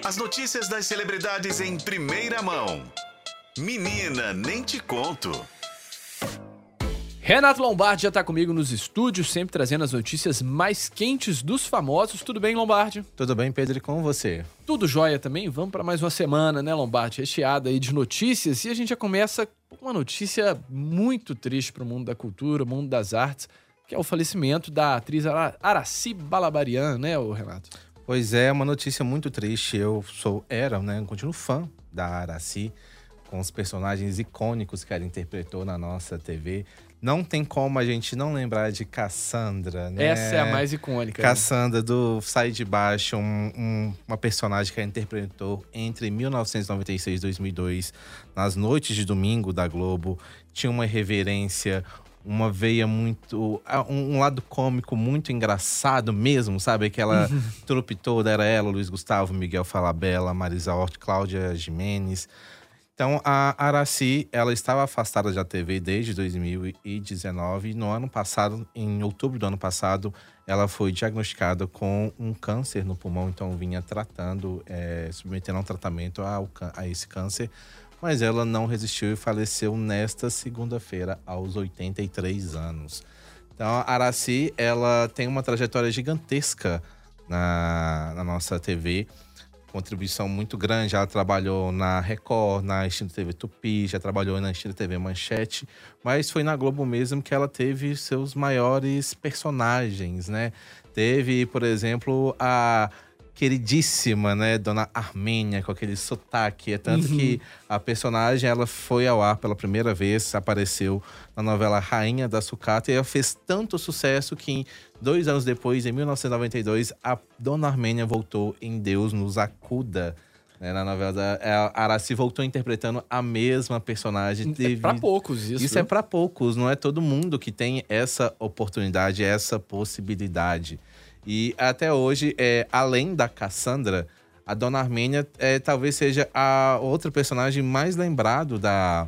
As notícias das celebridades em primeira mão. Menina, nem te conto. Renato Lombardi já tá comigo nos estúdios, sempre trazendo as notícias mais quentes dos famosos. Tudo bem, Lombardi? Tudo bem, Pedro, e com você? Tudo jóia também? Vamos para mais uma semana, né, Lombardi? Recheada aí de notícias. E a gente já começa com uma notícia muito triste pro mundo da cultura, mundo das artes, que é o falecimento da atriz Aracy Balabarian, né, Renato? Pois é, uma notícia muito triste. Continuo fã da Aracy, com os personagens icônicos que ela interpretou na nossa TV. Não tem como a gente não lembrar de Cassandra, né? Essa é a mais icônica. Cassandra, do Sai de Baixo, uma personagem que ela interpretou entre 1996 e 2002, nas noites de domingo da Globo. Tinha uma irreverência, uma veia muito... um lado cômico muito engraçado mesmo, sabe? Aquela trupe toda, era ela, Luiz Gustavo, Miguel Falabella, Marisa Hort, Cláudia Gimenez. Então, a Aracy, ela estava afastada da TV desde 2019. E no ano passado, em outubro do ano passado, ela foi diagnosticada com um câncer no pulmão. Então, vinha submetendo a um tratamento a esse câncer. Mas ela não resistiu e faleceu nesta segunda-feira, aos 83 anos. Então, a Aracy, ela tem uma trajetória gigantesca na nossa TV. Contribuição muito grande. Ela trabalhou na Record, na Extinta TV Tupi, já trabalhou na Extinta TV Manchete, mas foi na Globo mesmo que ela teve seus maiores personagens, né? Teve, por exemplo, a queridíssima, né, Dona Armênia, com aquele sotaque. É tanto que a personagem, ela foi ao ar pela primeira vez, apareceu na novela Rainha da Sucata, e ela fez tanto sucesso que 2 anos depois, em 1992, a Dona Armênia voltou em Deus nos acuda. Na novela a Aracy voltou interpretando a mesma personagem. É pra poucos isso. Isso é pra poucos, não é todo mundo que tem essa oportunidade, essa possibilidade. E até hoje, além da Cassandra, a Dona Armênia talvez seja a outra personagem mais lembrado da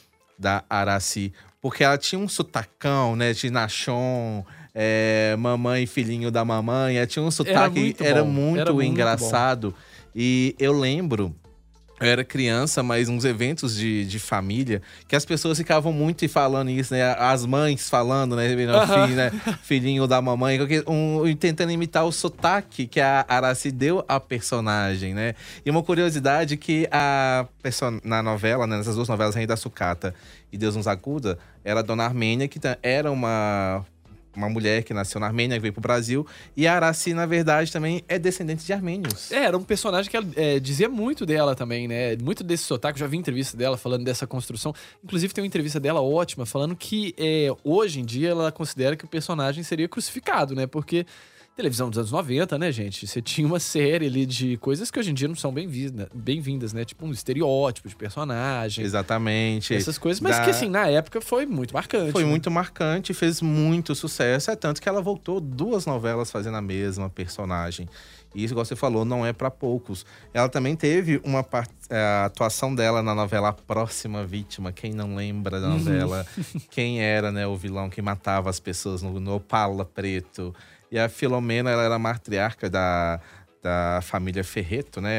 Aracy. Porque ela tinha um sotacão, né, de Nachon, mamãe e filhinho da mamãe. Ela tinha um sotaque que era muito engraçado. E eu lembro, eu era criança, mas uns eventos de família, que as pessoas ficavam muito falando isso, né? As mães falando, né? Filhinho da mamãe, tentando imitar o sotaque que a Aracy deu à personagem, né? E uma curiosidade que na novela, né? Nessas duas novelas, Rainha da Sucata e Deus nos acuda, era a Dona Armênia, que era uma mulher que nasceu na Armênia, que veio pro Brasil. E a Aracy, na verdade, também é descendente de armênios. Era um personagem que ela dizia muito dela também, né? Muito desse sotaque. Eu já vi entrevista dela falando dessa construção. Inclusive, tem uma entrevista dela ótima, falando que hoje em dia ela considera que o personagem seria crucificado, né? Porque televisão dos anos 90, né, gente? Você tinha uma série ali de coisas que hoje em dia não são bem-vindas, né? Tipo um estereótipo de personagem. Exatamente. Essas coisas, mas que assim, na época foi muito marcante. Foi, né? Muito marcante, marcante, fez muito sucesso. É tanto que ela voltou 2 novelas fazendo a mesma personagem. E isso, igual você falou, não é pra poucos. Ela também teve a atuação dela na novela A Próxima Vítima. Quem não lembra da novela? Quem era, né, o vilão que matava as pessoas no Opala Preto. E a Filomena, ela era a matriarca da família Ferreto, né?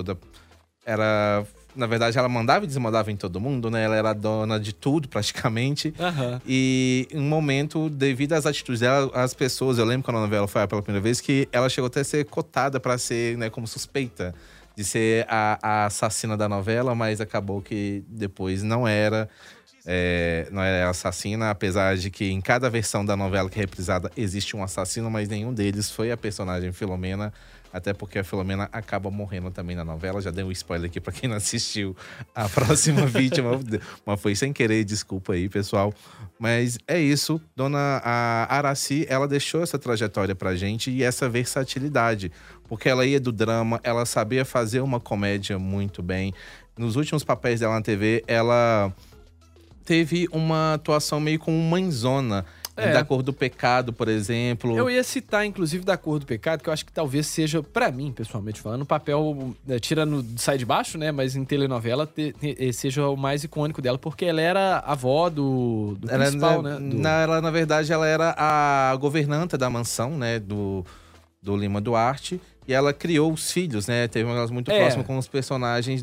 Na verdade, ela mandava e desmandava em todo mundo, né? Ela era dona de tudo, praticamente. E em um momento, devido às atitudes dela, as pessoas... Eu lembro quando a novela foi pela primeira vez, que ela chegou até a ser cotada para ser, né, como suspeita de ser a assassina da novela, mas acabou que depois não era assassina, apesar de que em cada versão da novela que é reprisada existe um assassino, mas nenhum deles foi a personagem Filomena, até porque a Filomena acaba morrendo também na novela. Já dei um spoiler aqui pra quem não assistiu A Próxima Vítima, mas foi sem querer, desculpa aí, pessoal. Mas é isso, a Aracy, ela deixou essa trajetória pra gente e essa versatilidade, porque ela ia do drama, ela sabia fazer uma comédia muito bem. Nos últimos papéis dela na TV, ela teve uma atuação meio como mãezona. Da Cor do Pecado, por exemplo. Eu ia citar, inclusive, Da Cor do Pecado, que eu acho que talvez seja, pra mim, pessoalmente falando, o papel, tirando Sai de Baixo, né? Mas em telenovela, seja o mais icônico dela, porque ela era a avó do principal, né? Ela, na verdade, ela era a governanta da mansão, né? Do Lima Duarte. E ela criou os filhos, né? Teve uma relação muito próxima com os personagem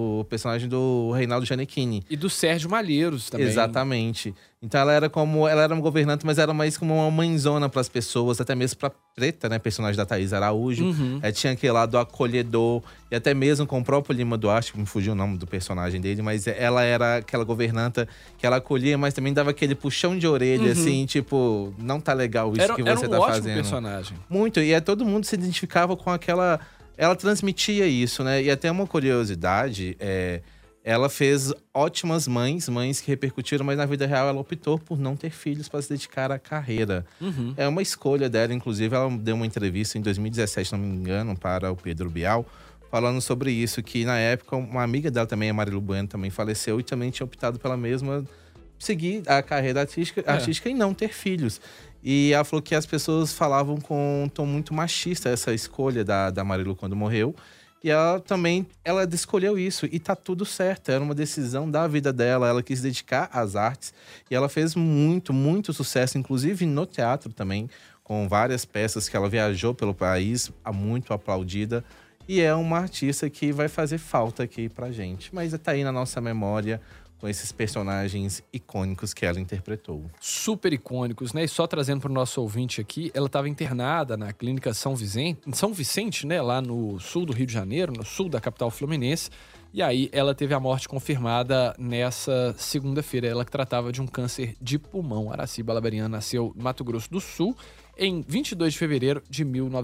do Reinaldo Gianecchini. E do Sérgio Malheiros também. Exatamente. Então ela era uma governanta, mas era mais como uma mãezona para as pessoas, até mesmo pra Preta, né? Personagem da Thaís Araújo. Tinha aquele lado acolhedor, e até mesmo com o próprio Lima Duarte, que me fugiu o nome do personagem dele, mas ela era aquela governanta que ela acolhia, mas também dava aquele puxão de orelha, assim, tipo, não tá legal isso que você tá fazendo. Era um ótimo personagem. Muito, e todo mundo se identificava com aquela... Ela transmitia isso, né? E até uma curiosidade, ela fez ótimas mães que repercutiram, mas na vida real ela optou por não ter filhos para se dedicar à carreira. É uma escolha dela, inclusive ela deu uma entrevista em 2017, se não me engano, para o Pedro Bial, falando sobre isso, que na época uma amiga dela também, a Marilu Bueno, também faleceu e também tinha optado pela mesma seguir a carreira artística e não ter filhos. E ela falou que as pessoas falavam com um tom muito machista essa escolha da Marilu quando morreu. E ela escolheu isso e tá tudo certo. Era uma decisão da vida dela. Ela quis se dedicar às artes e ela fez muito, muito sucesso, inclusive no teatro também, com várias peças que ela viajou pelo país, muito aplaudida. E é uma artista que vai fazer falta aqui pra gente. Mas tá aí na nossa memória com esses personagens icônicos que ela interpretou. Super icônicos, né? E só trazendo para o nosso ouvinte aqui, ela estava internada na clínica São Vicente, né? Lá no sul do Rio de Janeiro, no sul da capital fluminense. E aí ela teve a morte confirmada nessa segunda-feira. Ela que tratava de um câncer de pulmão. Aracy Balaberian nasceu no Mato Grosso do Sul em 22 de fevereiro de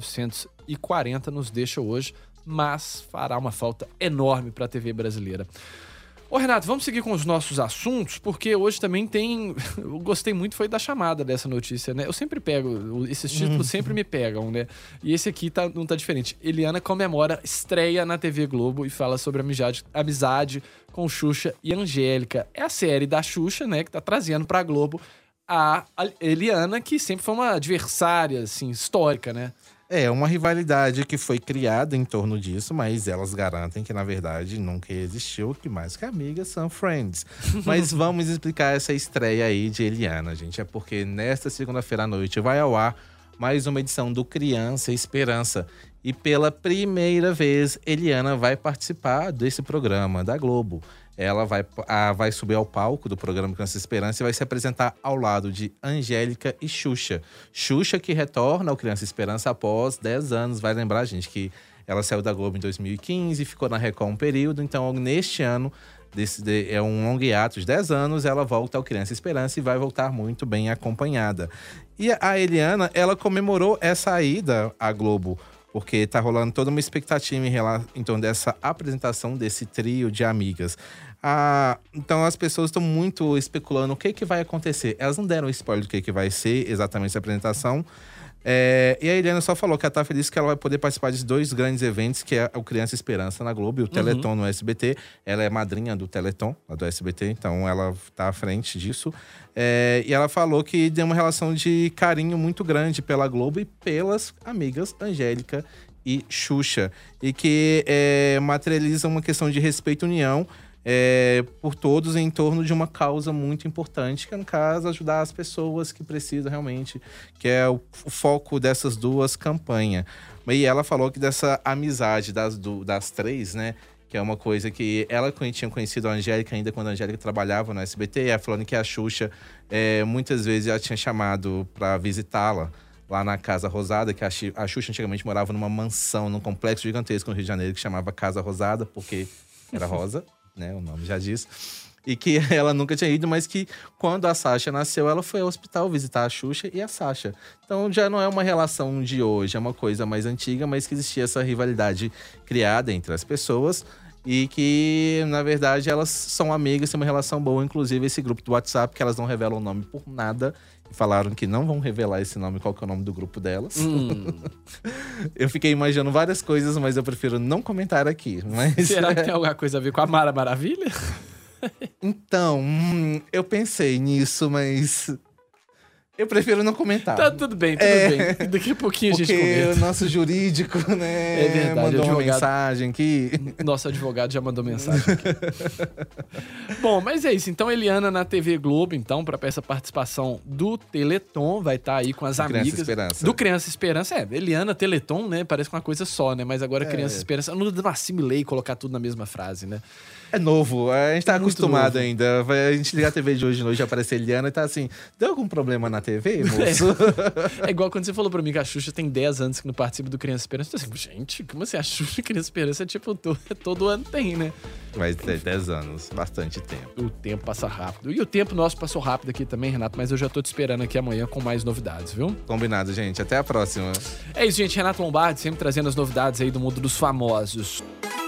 1940. Nos deixa hoje, mas fará uma falta enorme para a TV brasileira. Ô Renato, vamos seguir com os nossos assuntos, porque hoje também tem... Eu gostei muito, foi da chamada dessa notícia, né? Eu sempre pego, esses títulos sempre me pegam, né? E esse aqui não tá diferente. Eliana comemora estreia na TV Globo e fala sobre amizade com Xuxa e Angélica. É a série da Xuxa, né, que tá trazendo pra Globo a Eliana, que sempre foi uma adversária, assim, histórica, né? É uma rivalidade que foi criada em torno disso, mas elas garantem que, na verdade, nunca existiu, que mais que amigas são friends. Mas vamos explicar essa estreia aí de Eliana, gente. É porque nesta segunda-feira à noite vai ao ar mais uma edição do Criança Esperança. E pela primeira vez, Eliana vai participar desse programa da Globo. Ela vai subir ao palco do programa Criança Esperança e vai se apresentar ao lado de Angélica e Xuxa. Xuxa que retorna ao Criança Esperança após 10 anos. Vai lembrar, gente, que ela saiu da Globo em 2015, ficou na Record um período. Então, neste ano, é um longo hiato de 10 anos, ela volta ao Criança Esperança e vai voltar muito bem acompanhada. E a Eliana, ela comemorou essa ida à Globo, porque tá rolando toda uma expectativa em torno dessa apresentação desse trio de amigas. Então as pessoas estão muito especulando o que vai acontecer. Elas não deram spoiler do que vai ser exatamente essa apresentação. E a Eliana só falou que ela tá feliz que ela vai poder participar de 2 grandes eventos, que é o Criança Esperança na Globo e o Teleton no SBT. Ela é madrinha do Teleton, lá do SBT, então ela tá à frente disso. E ela falou que tem uma relação de carinho muito grande pela Globo e pelas amigas Angélica e Xuxa. E que materializa uma questão de respeito e união por todos em torno de uma causa muito importante, que é, no caso, ajudar as pessoas que precisam realmente, que é o foco dessas 2 campanhas. E ela falou que dessa amizade das 3, né, que é uma coisa que ela tinha conhecido a Angélica ainda quando a Angélica trabalhava no SBT, ela falando que a Xuxa, muitas vezes, ela tinha chamado para visitá-la lá na Casa Rosada, que a Xuxa antigamente morava numa mansão, num complexo gigantesco no Rio de Janeiro, que chamava Casa Rosada, porque era rosa, né, o nome já diz. E que ela nunca tinha ido, mas que quando a Sasha nasceu, ela foi ao hospital visitar a Xuxa e a Sasha. Então já não é uma relação de hoje, é uma coisa mais antiga, mas que existia essa rivalidade criada entre as pessoas. E que, na verdade, elas são amigas, têm uma relação boa. Inclusive, esse grupo do WhatsApp, que elas não revelam o nome por nada. Falaram que não vão revelar esse nome, qual que é o nome do grupo delas. Eu fiquei imaginando várias coisas, mas eu prefiro não comentar aqui. Mas será que tem alguma coisa a ver com a Mara Maravilha? Então, eu pensei nisso, mas Eu prefiro não comentar. Tá tudo bem, tudo bem. Daqui a pouquinho a gente Porque comenta. o nosso jurídico, né? É verdade, mandou uma advogado. mensagem aqui. Nosso advogado já mandou mensagem aqui. Bom, mas é isso. Então, Eliana na TV Globo, então, pra essa participação do Teleton, vai estar aí com as Criança amigas. Esperança. Do Criança Esperança. Eliana, Teleton, né? Parece uma coisa só, né? Mas agora Criança Esperança. Eu não assimilei colocar tudo na mesma frase, né? É novo, a gente tá Muito acostumado novo. ainda. A gente liga a TV de hoje de noite, aparece Eliana e tá assim, deu algum problema na TV, moço? É igual quando você falou pra mim que a Xuxa tem 10 anos que não participa do Criança Esperança. Eu tô assim, gente, como assim? A Xuxa e Criança Esperança é tipo, todo ano tem, né? Vai ter 10 anos, bastante tempo. O tempo passa rápido. E o tempo nosso passou rápido aqui também, Renato, mas eu já tô te esperando aqui amanhã com mais novidades, viu? Combinado, gente. Até a próxima. É isso, gente. Renato Lombardi sempre trazendo as novidades aí do mundo dos famosos.